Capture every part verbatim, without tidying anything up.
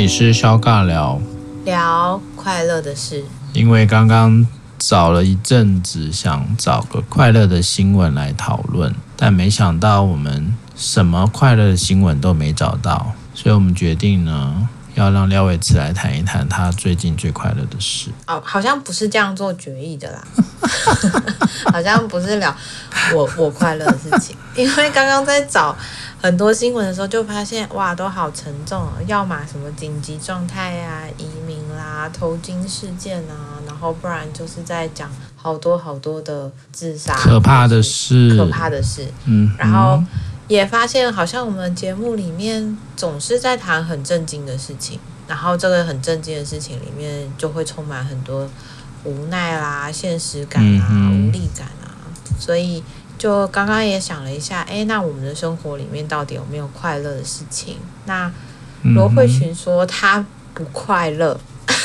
里是肖尬聊， 聊快乐的事。 因为刚刚找了一阵子，想找个快乐的新闻来讨论，但没想到我们什么快乐的新闻都没找到，所以我们决定呢，要让廖伟慈来谈一谈他最近最快乐的事。 哦，好像不是这样做决议的啦，好像不是聊我我快乐的事情，因为刚刚在找很多新闻的时候，就发现哇，都好沉重哦，要么什么紧急状态啊、移民啦、头巾事件啊，然后不然就是在讲好多好多的自杀、 可怕的事， 可怕的事。 嗯， 然后也发现好像我们节目里面总是在谈很震惊的事情，然后这个很震惊的事情里面就会充满很多无奈啦、现实感啊、 嗯、 无力感啊，所以就刚刚也想了一下，哎，那我们的生活里面到底有没有快乐的事情？那罗慧群说他不快乐，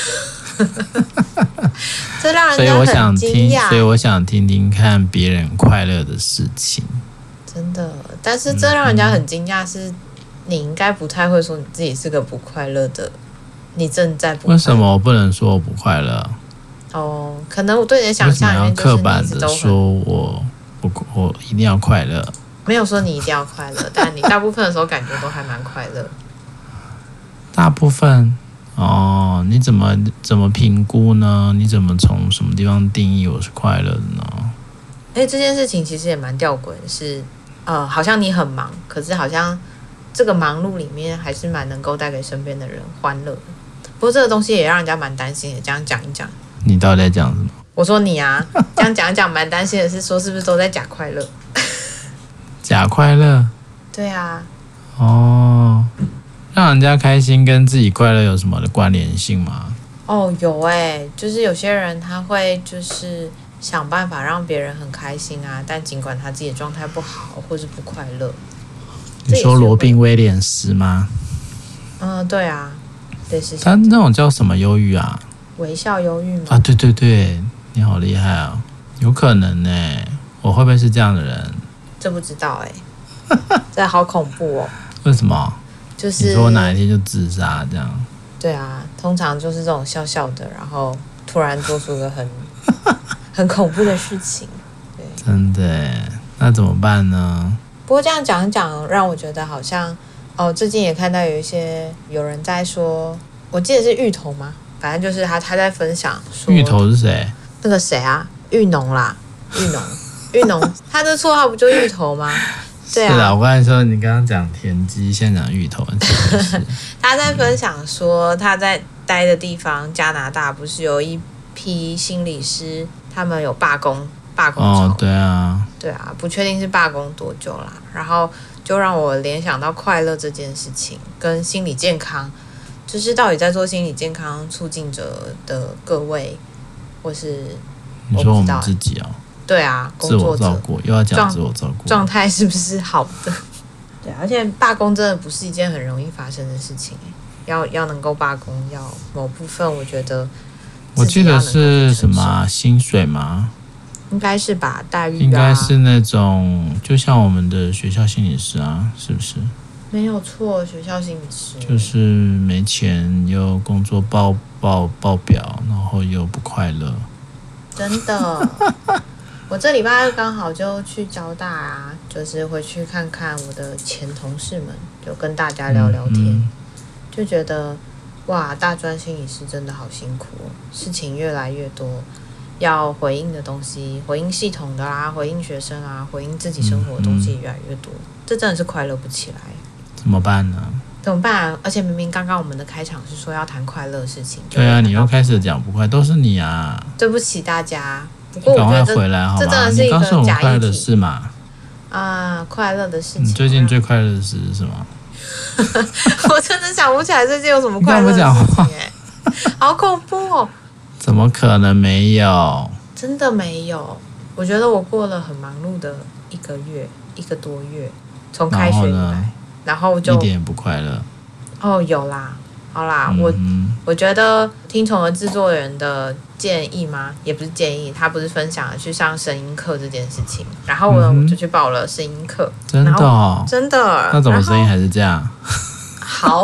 这让人家很惊讶。 所以我想听听看别人快乐的事情。 真的，但是这让人家很惊讶，是你应该不太会说你自己是个不快乐的，你正在不快乐。 为什么我不能说我不快乐？ 哦，可能我对你的想象里面就是你一直都很， 为什么要刻板的说我不我一定要快乐？ 没有说你一定要快乐，但你大部分的时候感觉都还蛮快乐。 大部分哦，你怎么怎么评估呢？你怎么从什么地方定义我是快乐的呢？ 哎，这件事情其实也蛮吊诡的是，呃，好像你很忙，可是好像这个忙碌里面还是蛮能够带给身边的人欢乐的。不过这个东西也让人家蛮担心的，这样讲一讲。 你到底在讲什么？ 我说你啊，这样讲一讲蛮担心的是说是不是都在假快乐？ 假快乐？ 对啊。 哦，让人家开心跟自己快乐有什么的关联性吗？ 哦，有哎、欸，就是有些人他会就是想办法让别人很开心啊，但尽管他自己的状态不好或是不快乐。 你说罗宾威廉斯吗？ 嗯，对啊，类似他那种叫什么忧郁啊？ 微笑忧郁吗？ 啊，对对对，你好厉害啊！有可能呢、欸，我会不会是这样的人？ 这不知道哎、欸，这好恐怖哦！ 为什么？ 就是你说我哪一天就自杀这样？ 对啊，通常就是这种笑笑的，然后突然做出个很很恐怖的事情。对， 真的耶，那怎么办呢？ 不过这样讲一讲，让我觉得好像哦，最近也看到有一些有人在说，我记得是芋头吗？反正就是他他在分享说， 芋头是谁？ 那个谁啊，芋农啦，芋农，芋农，他的绰号不就芋头吗？对啊， 是啊，我刚才说你刚刚讲田鸡，现在讲芋头， 他在分享说他在待的地方加拿大不是有一批心理师，他们有罢工罢工潮， 哦，对啊， 对啊，不确定是罢工多久啦，然后就让我联想到快乐这件事情跟心理健康，就是到底在做心理健康促进者的各位，或是你说我们自己哦， 对啊，工自作者我照顾又要讲自我照顾， 状态是不是好的？对，而且罢工真的不是一件很容易发生的事情，要要能够罢工，要某部分我觉得， 我记得是什么薪水吗？ 应该是吧，待遇啊， 应该是那种，就像我们的学校心理师啊，是不是？ 没有错，学校心理师就是没钱又工作爆爆爆表，然后又不快乐。 真的，我这礼拜刚好就去交大啊，就是回去看看我的前同事们，就跟大家聊聊天， 嗯嗯就觉得哇，大专心理师真的好辛苦哦，事情越来越多，要回应的东西，回应系统的啦，回应学生啊，回应自己生活的东西越来越多，嗯嗯这真的是快乐不起来。 怎么办呢？ 怎么办、啊？而且明明刚刚我们的开场是说要谈快乐的事情， 对啊，你又开始讲不快，都是你啊！ 对不起大家，不过我觉得这赶快回来好吗？ 这真的是一个你告诉我们假议题快乐的事嘛？ 啊，快乐的事情。 你最近最快乐的事是什么？ 我真的想不起来最近有什么快乐的事情哎、欸，好恐怖哦！ 怎么可能没有？ 真的没有。我觉得我过了很忙碌的一个月，一个多月，从开学以来，然后就一点也不快乐。 哦，有啦，好啦， 嗯、 我我觉得听从了制作人的建议吗？也不是建议，他不是分享了去上声音课这件事情，然后呢，嗯、我就去报了声音课。 真的哦， 真的。 那怎么声音还是这样？ 好，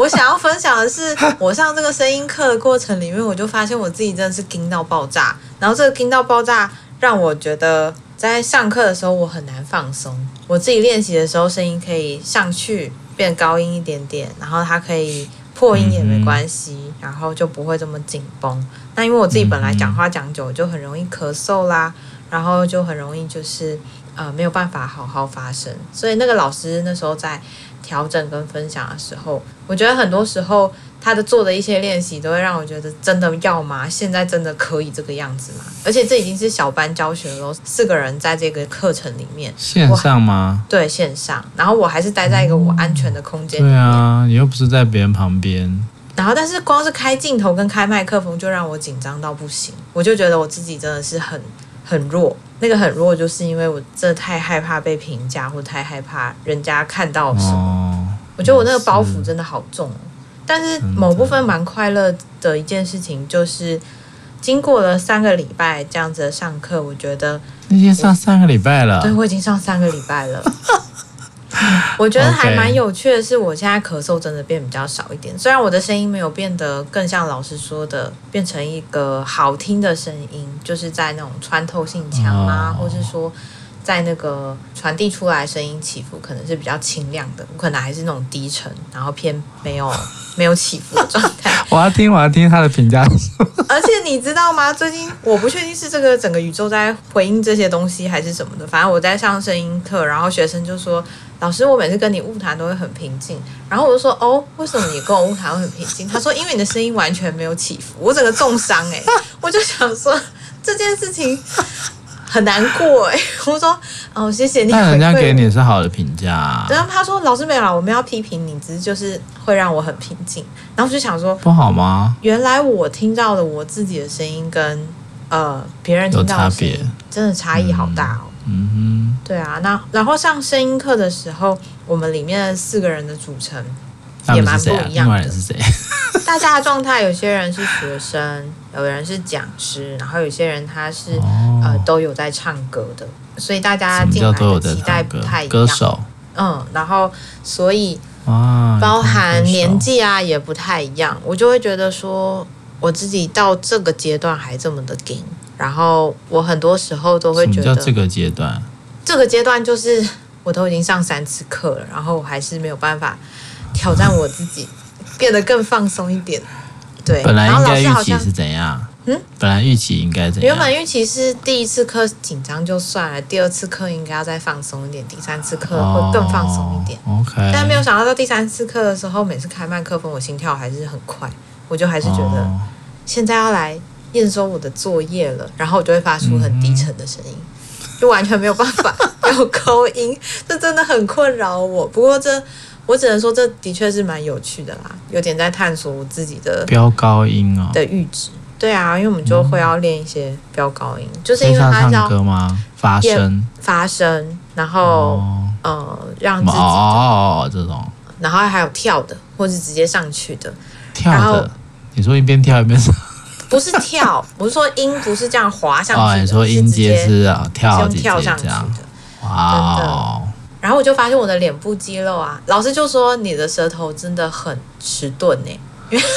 我想要分享的是，我上这个声音课的过程里面，我就发现我自己真的是惊到爆炸。然后这个惊到爆炸让我觉得，在上课的时候我很难放松。我自己练习的时候，声音可以上去变高音一点点，然后它可以破音也没关系，嗯、然后就不会这么紧绷。那因为我自己本来讲话讲久，就很容易咳嗽啦，然后就很容易就是呃没有办法好好发声。所以那个老师那时候在调整跟分享的时候，我觉得很多时候他的做的一些练习都会让我觉得真的要吗？现在真的可以这个样子吗？而且这已经是小班教学了，四个人在这个课程里面， 线上吗？ 对，线上。然后我还是待在一个我安全的空间里面。 对啊，你又不是在别人旁边。 然后，但是光是开镜头跟开麦克风就让我紧张到不行，我就觉得我自己真的是很很弱。那个很弱，就是因为我真的太害怕被评价，或太害怕人家看到什么。哦、我觉得我那个包袱真的好重哦。但是某部分蛮快乐的一件事情，就是经过了三个礼拜这样子的上课，我觉得已经上三个礼拜了。 对，我已经上三个礼拜了。我觉得还蛮有趣的是，我现在咳嗽真的变比较少一点。虽然我的声音没有变得更像老师说的，变成一个好听的声音，就是在那种穿透性强啊，哦、或是说在那个传递出来声音起伏可能是比较清亮的，我可能还是那种低沉，然后偏没有没有起伏的状态。 我要听，我要听他的评价。 而且你知道吗？最近我不确定是这个整个宇宙在回应这些东西，还是什么的。反正我在上声音课，然后学生就说：“老师，我每次跟你晤谈都会很平静。”然后我就说：“哦，为什么你跟我晤谈会很平静？”他说：“因为你的声音完全没有起伏。”我整个重伤哎、欸，我就想说这件事情很难过哎、欸。我说：“哦，谢谢你。” 但人家给你是好的评价、啊。 然后他说：“老师没有啦，我们要批评你，只是就是会让我很平静。”然后我就想说， 不好吗？ 原来我听到的我自己的声音跟呃别人听到的声音真的差异好大哦。 嗯哼， 对啊，那然后上声音课的时候，我们里面四个人的组成也蛮不一样的。 另外人是谁？ 大家的状态，有些人是学生，有人是讲师，然后有些人他是、哦、呃都有在唱歌的，所以大家进来的期待不太一样。 歌手， 嗯，然后所以。 啊， 包含年纪啊也不太一样，我就会觉得说我自己到这个阶段还这么的硬，然后我很多时候都会觉得， 什么叫这个阶段？ 这个阶段就是我都已经上三次课了，然后我还是没有办法挑战我自己，变得更放松一点。对， 本来应该预期是怎样？嗯，本来预期应该怎样？ 原本预期是第一次课紧张就算了，第二次课应该要再放松一点，第三次课会更放松一点。 哦、OK， 但没有想到到第三次课的时候，每次开麦克风，我心跳还是很快，我就还是觉得现在要来验收我的作业了，然后我就会发出很低沉的声音，嗯、就完全没有办法有高音，这真的很困扰我。不过这我只能说，这的确是蛮有趣的啦，有点在探索我自己的飙高音哦的阈值。对啊，因为我们就会要练一些飙高音，嗯、就是因为它要唱歌吗？发声， 发声，然后、哦、呃让自己哦这种， 然后还有跳的，或是直接上去的。 跳的，你说一边跳一边上？ 不是跳，我是说音不是这样滑上去的。 哦，你说音阶是啊，跳用跳上去的。 哇哦！ 然后我就发现我的脸部肌肉啊，老师就说你的舌头真的很迟钝呢、欸，因为。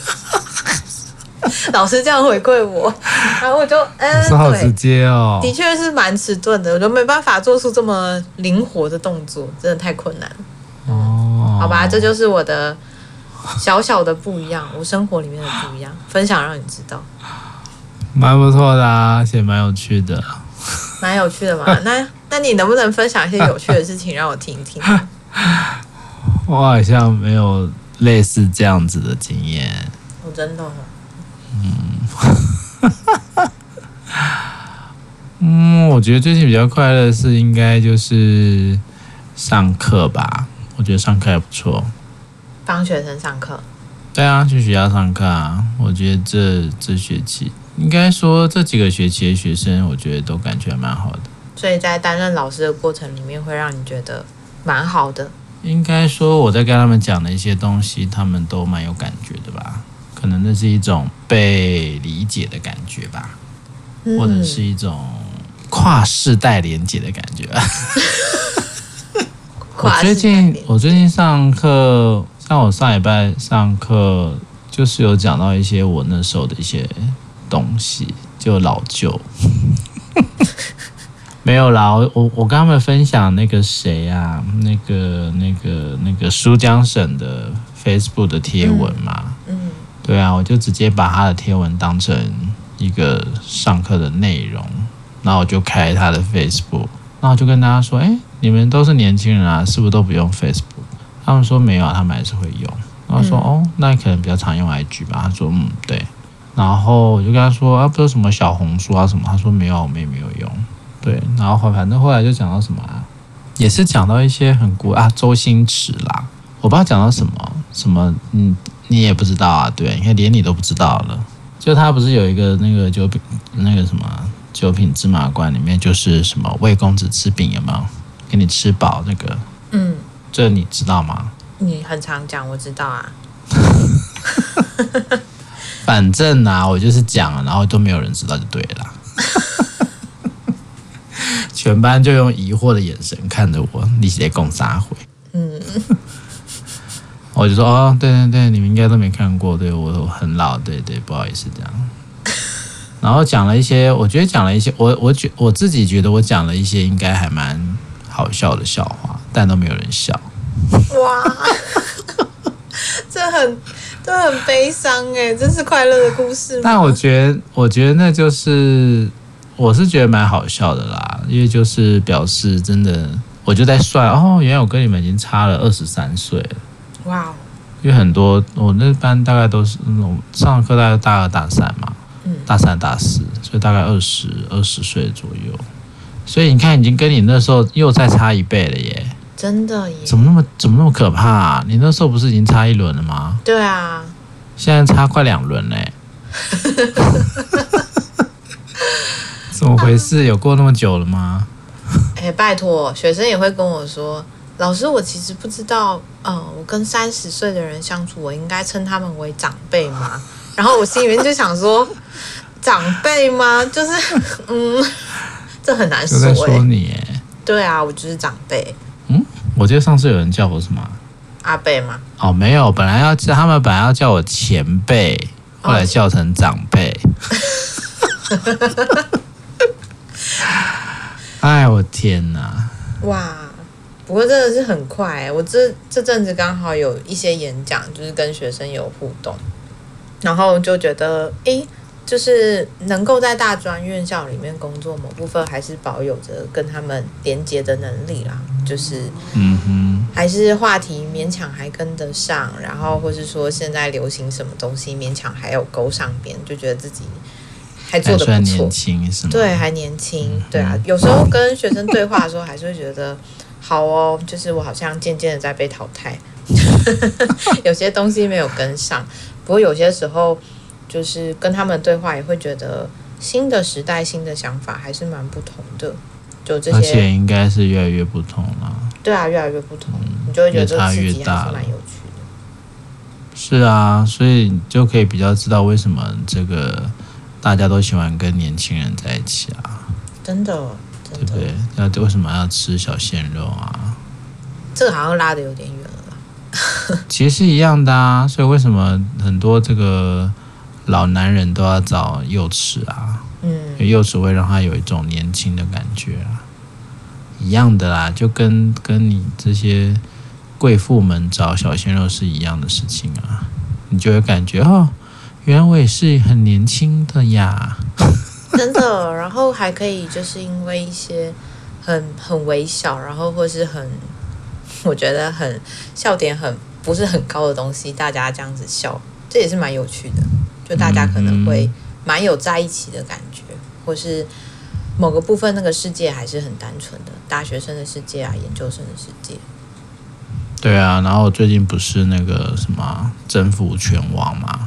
老师这样回馈我，然后我就嗯， 是好直接哦， 的确是蛮迟钝的，我就没办法做出这么灵活的动作，真的太困难了。哦，好吧，这就是我的小小的不一样，我生活里面的不一样，分享让你知道， 蛮不错的啊，而且蛮有趣的， 蛮有趣的嘛。那那你能不能分享一些有趣的事情让我听一听？ 我好像没有类似这样子的经验， 我、哦、真的、哦。 嗯，嗯，我觉得最近比较快乐的是应该就是上课吧，我觉得上课还不错。 帮学生上课？ 对啊，去学校上课啊。我觉得这这学期，应该说这几个学期的学生，我觉得都感觉还蛮好的。 所以在担任老师的过程里面，会让你觉得蛮好的。 应该说我在跟他们讲的一些东西，他们都蛮有感觉的吧。可能那是一种被理解的感觉吧，嗯、或者是一种跨世代连结的感觉吧。我最近我最近上课上像我上礼拜上课，就是有讲到一些我那时候的一些东西，就老旧。没有啦，我我我跟他们分享那个谁啊，那个那个那个苏江省的 Facebook 的贴文嘛，嗯，嗯对啊，我就直接把他的贴文当成一个上课的内容，然后我就开他的 Facebook， 然后我就跟大家说，哎，你们都是年轻人啊，是不是都不用 Facebook？ 他们说没有，他们还是会用。然后说、嗯、哦，那你可能比较常用 I G 吧？他说嗯，对。然后我就跟他说啊，不是什么小红书啊什么，他说没有，我们也没有用。对，然后反正后来就讲到什么啊，也是讲到一些很古啊，周星驰啦，我不知道讲到什么什么，嗯，你也不知道啊，对，你看连你都不知道了。就他不是有一个那个九品那个什么九品芝麻官里面就是什么魏公子吃饼有没有？给你吃饱那个，嗯，这你知道吗？ 你很常讲，我知道啊。 反正啊，我就是讲了，然后都没有人知道就对了。全班就用疑惑的眼神看着我，你在讲啥回？嗯，我就说哦，对对对，你们应该都没看过，对我很老，对对，不好意思这样。然后讲了一些，我觉得讲了一些，我我觉我自己觉得我讲了一些应该还蛮好笑的笑话，但都没有人笑。 哇，这很这很悲伤哎，这是快乐的故事吗？ 但我觉得，我觉得那就是。我是觉得蛮好笑的啦，因为就是表示真的，我就在算哦，原来我跟你们已经差了二十三岁了。哇！因为很多我那班大概都是那种上课大概大二大三嘛，嗯，大三大四，所以大概二十二十岁左右。所以你看，已经跟你那时候又再差一倍了耶！ 真的耶！ 怎么那么怎么那么可怕啊？你那时候不是已经差一轮了吗？ 对啊， 现在差快两轮嘞。怎么回事？有过那么久了吗？ 哎、欸，拜托，学生也会跟我说，老师，我其实不知道，嗯、呃，我跟三十岁的人相处，我应该称他们为长辈吗？然后我心里面就想说，长辈吗？就是，嗯，这很难说、欸。 就在说你哎。 对啊，我就是长辈。 嗯，我记得上次有人叫我什么？ 阿伯吗？ 哦，没有，本来要叫他们本来要叫我前辈，后来叫成长辈。哎，我天哪！ 哇，不过真的是很快、欸。我这这阵子刚好有一些演讲，就是跟学生有互动，然后就觉得，哎，就是能够在大专院校里面工作，某部分还是保有着跟他们连接的能力啦。就是，嗯哼，还是话题勉强还跟得上，然后或是说现在流行什么东西，勉强还有勾上边，就觉得自己。还做得不错， 年轻是吗？ 对，还年轻，对啊。有时候跟学生对话的时候，还是会觉得好哦，就是我好像渐渐的在被淘汰，有些东西没有跟上。不过有些时候，就是跟他们对话，也会觉得新的时代、新的想法还是蛮不同的。就这些， 而且应该是越来越不同了。 对啊，越来越不同，嗯、你就会觉得这个刺激还是蛮有趣的。 是啊，所以你就可以比较知道为什么这个。大家都喜欢跟年轻人在一起啊， 真的，真的对不对？那为什么要吃小鲜肉啊？ 这个好像拉得有点远了啦。 其实是一样的啊，所以为什么很多这个老男人都要找幼齿啊？嗯，因为幼齿会让他有一种年轻的感觉啊，一样的啦，就跟跟你这些贵妇们找小鲜肉是一样的事情啊，你就会感觉哦。原来我也是很年轻的呀， 真的。然后还可以就是因为一些很很微小，然后或是很我觉得很笑点很不是很高的东西，大家这样子笑，这也是蛮有趣的。就大家可能会蛮有在一起的感觉，或是某个部分那个世界还是很单纯的，大学生的世界啊，研究生的世界。 对啊，然后最近不是那个什么征服全网嘛？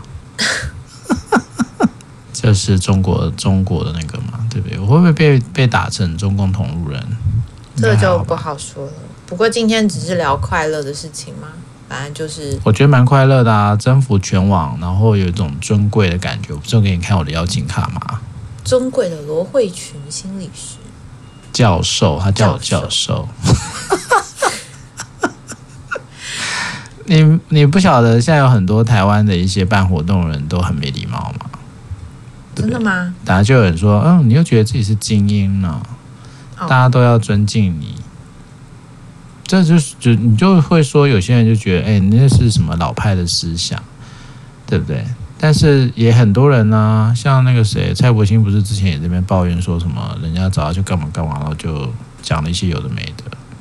这是中国中国的那个嘛，对不对？我会不会被被打成中共同路人？ 这个就不好说了。不过今天只是聊快乐的事情嘛，反正就是我觉得蛮快乐的啊，征服全网，然后有一种尊贵的感觉。我不是给你看我的邀请卡吗？ 尊贵的罗慧群心理师教授，他叫我教授。 你你不晓得现在有很多台湾的一些办活动的人都很没礼貌吗？ 真的吗？ 大家就有人说，嗯，你又觉得自己是精英呢、 哦、 大家都要尊敬你。这就是就你就会说，有些人就觉得，哎、欸，你那是什么老派的思想，对不对？但是也很多人呢、啊，像那个谁，蔡柏兴不是之前也这边抱怨说什么，人家找他就干嘛干嘛，然后就讲了一些有的没的。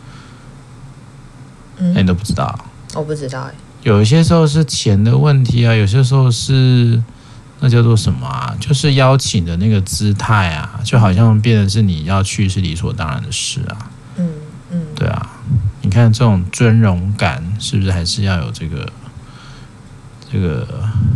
嗯，欸、你都不知道？ 我不知道哎、欸。 有一些时候是钱的问题啊，有些时候是那叫做什么啊？就是邀请的那个姿态啊，就好像变成是你要去是理所当然的事啊。 嗯嗯， 对啊。你看这种尊荣感，是不是还是要有这个这个？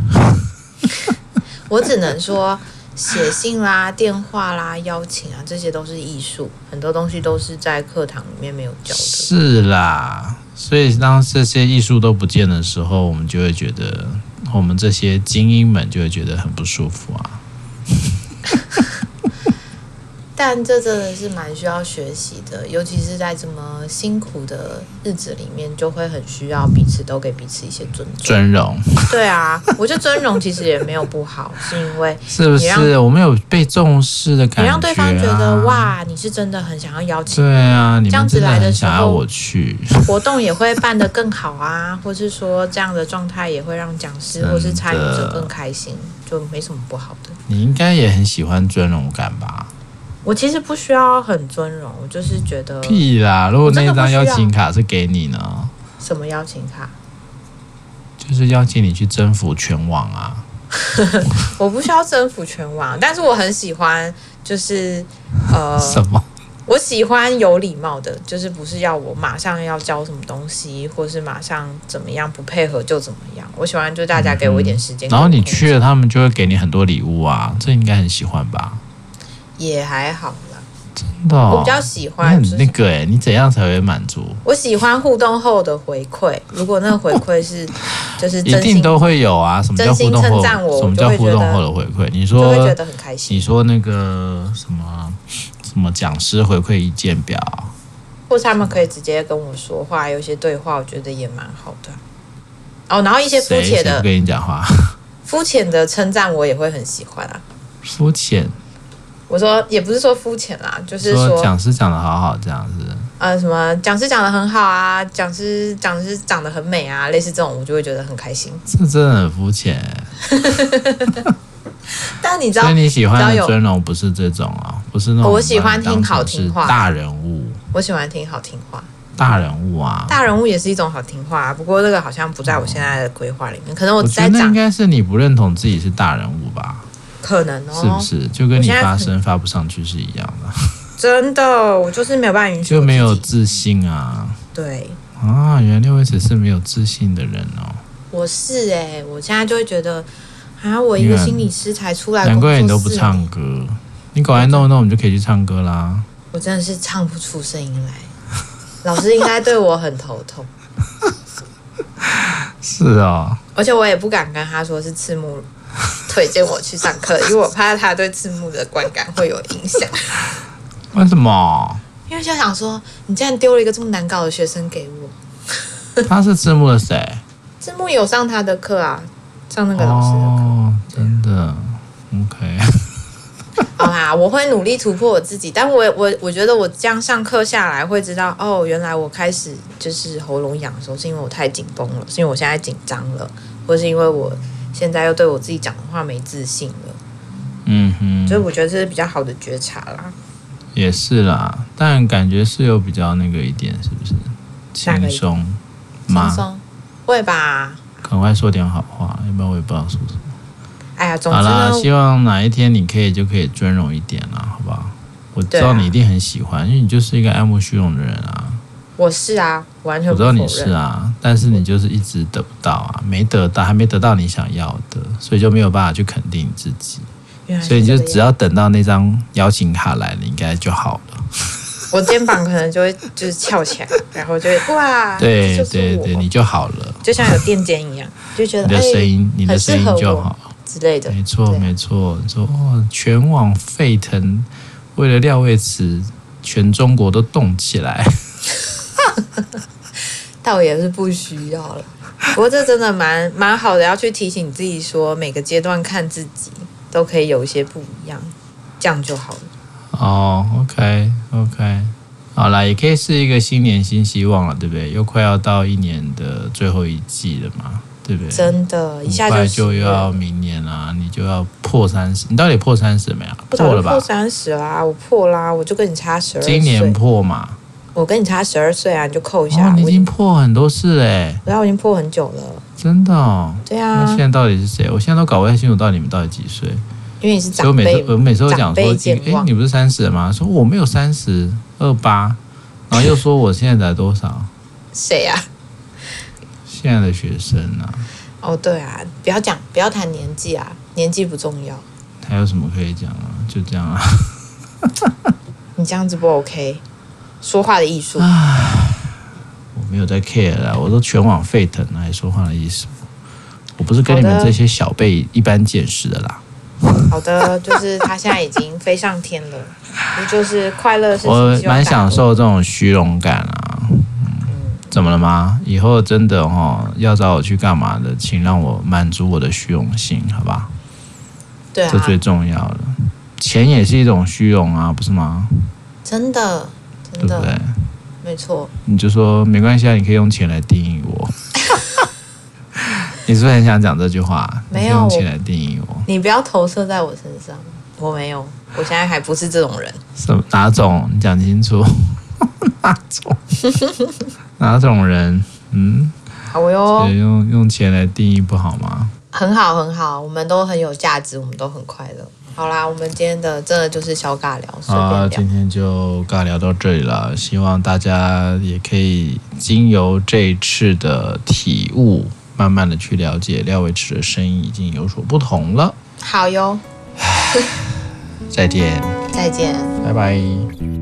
我只能说，写信啦、电话啦、邀请啊，这些都是艺术，很多东西都是在课堂里面没有教的。 是啦，所以当这些艺术都不见的时候，我们就会觉得，我们这些精英们就会觉得很不舒服啊。 但这真的是蛮需要学习的，尤其是在这么辛苦的日子里面，就会很需要彼此都给彼此一些尊重、 尊荣。 对啊，我觉得尊荣其实也没有不好，是因为是不是我们有被重视的感觉、啊？ 你让对方觉得哇，你是真的很想要邀请， 对啊，你这样子来的时候， 想要我去， 活动也会办得更好啊，或是说这样的状态也会让讲师或是参与者更开心，就没什么不好的。 你应该也很喜欢尊荣感吧？ 我其实不需要很尊荣，我就是觉得屁啦！如果那张邀请卡是给你呢？ 什么邀请卡？ 就是邀请你去征服全网啊！ 我不需要征服全网，但是我很喜欢，就是呃， 什么？ 我喜欢有礼貌的，就是不是要我马上要教什么东西，或是马上怎么样不配合就怎么样。我喜欢就大家给我一点时间、嗯， 然后你去了，他们就会给你很多礼物啊，这应该很喜欢吧？ 也还好啦， 真的、哦， 我比较喜欢、就是、 很那个哎、欸，你怎样才会满足？ 我喜欢互动后的回馈，如果那个回馈是就是真心一定都会有啊。什么叫互动后？什么叫互动后的回馈？你说就会觉得很开心。 你说那个什么什么讲师回馈意见表， 或是他们可以直接跟我说话，有些对话我觉得也蛮好的。哦，然后一些肤浅的跟你讲话， 肤浅的称赞我也会很喜欢啊。 肤浅。 我说也不是说肤浅啦，就是说讲师讲得好好这样子。 呃，什么讲师讲得很好啊，讲师讲师长得很美啊，类似这种我就会觉得很开心。 这真的很肤浅。 但你知道， 所以你喜欢的尊荣不是这种啊，不是那种。 我喜欢听好听话， 大人物。 我喜欢听好听话。 大人物啊， 大人物也是一种好听话、啊，不过这个好像不在我现在的规划里面。可能我在讲，应该是你不认同自己是大人物吧？ 可能哦， 是不是就跟你发声发不上去是一样的？ 真的，我就是没有办法允许， 就没有自信啊。 对啊，原来六位只是没有自信的人哦。 我是哎、欸，我现在就会觉得啊，我一个心理师才出来工作， 难怪你都不唱歌，你赶快弄一弄，我们就可以去唱歌啦。 我真的是唱不出声音来，老师应该对我很头痛。 是哦， 而且我也不敢跟他说是赤木推荐我去上课，因为我怕他对赤木的观感会有影响。 为什么？ 因为就想说，你竟然丢了一个这么难搞的学生给我。 他是赤木的谁？ 赤木有上他的课啊，上那个老师的课。 哦，真的 ，OK。 好啦，我会努力突破我自己，但我我我觉得我这样上课下来会知道，哦，原来我开始就是喉咙痒的时候，是因为我太紧绷了，是因为我现在紧张了，或是因为我现在又对我自己讲的话没自信了。 嗯哼， 所以我觉得这是比较好的觉察啦。 也是啦，但感觉是有比较那个一点，是不是？轻松吗？ 轻松会吧？ 赶快说点好话，要不然我也不知道说什么。 哎呀，总之好啦， 呢， 希望哪一天你可以就可以尊荣一点啦，好不好？我知道你一定很喜欢，因为你就是一个爱慕虚荣的人啊。 我是啊，完全我不否认。 知道你是啊，但是你就是一直得不到啊，没得到，还没得到你想要的，所以就没有办法去肯定你自己。所以你就只要等到那张邀请卡来了，应该就好了。 我肩膀可能就会就是翘起来，然后就会哇， 对对对，你就好了， 就像有垫肩一样，就觉得你的声音，你的声音就好之类的。 没错没错，你说哦，全网沸腾，为了廖卫慈，全中国都动起来。 倒也是不需要了。 不过这真的蛮蛮好的，要去提醒自己说，每个阶段看自己都可以有一些不一样，这样就好了。 哦 ，OK OK， 好啦，也可以是一个新年新希望了，对不对？又快要到一年的最后一季了嘛，对不对？ 真的，一下很快就就要明年啦，你就要破三十，你到底破三十没有？破了吧？ 破三十啦，我破啦，我就跟你差十二岁。 今年破嘛？ 我跟你差十二岁啊，你就扣一下。 哦，你已经破很多次嘞。 对啊，我已经破很久了。 真的哦。 对啊。 那现在到底是谁？我现在都搞不太清楚到底你们到底几岁。 因为你是长辈， 我每次我每次都讲说， 哎， 你不是三十吗？说我没有三十，二八，然后又说我现在才多少？ 谁呀、啊？ 现在的学生啊。 哦，对啊，不要讲，不要谈年纪啊，年纪不重要。 还有什么可以讲啊？就这样啊。 你这样子不 OK？ 说话的艺术。 我没有在 care 啦，我都全网沸腾了，还说话的艺术。我不是跟你们这些小辈一般见识的啦。 好的，就是他现在已经飞上天了，不就是快乐的事情。 我蛮享受这种虚荣感啊。嗯，怎么了吗？以后真的哦，要找我去干嘛的，请让我满足我的虚荣心，好吧？ 对啊， 这最重要的。钱也是一种虚荣啊，不是吗？ 真的，真的， 对不对？ 没错。 你就说没关系啊，你可以用钱来定义我。你是不是很想讲这句话？ 没有， 用钱来定义我。 你不要投射在我身上，我没有，我现在还不是这种人。 什么哪种？你讲清楚。哪种？哪种人？嗯， 好哟。 用用钱来定义不好吗？ 很好，很好，我们都很有价值，我们都很快乐。好啦，我们今天的真的就是小尬聊，随便聊。 好，今天就尬聊到这里了。希望大家也可以经由这一次的体悟，慢慢的去了解廖维持的声音已经有所不同了。 好哟。 再见。 再见。 拜拜。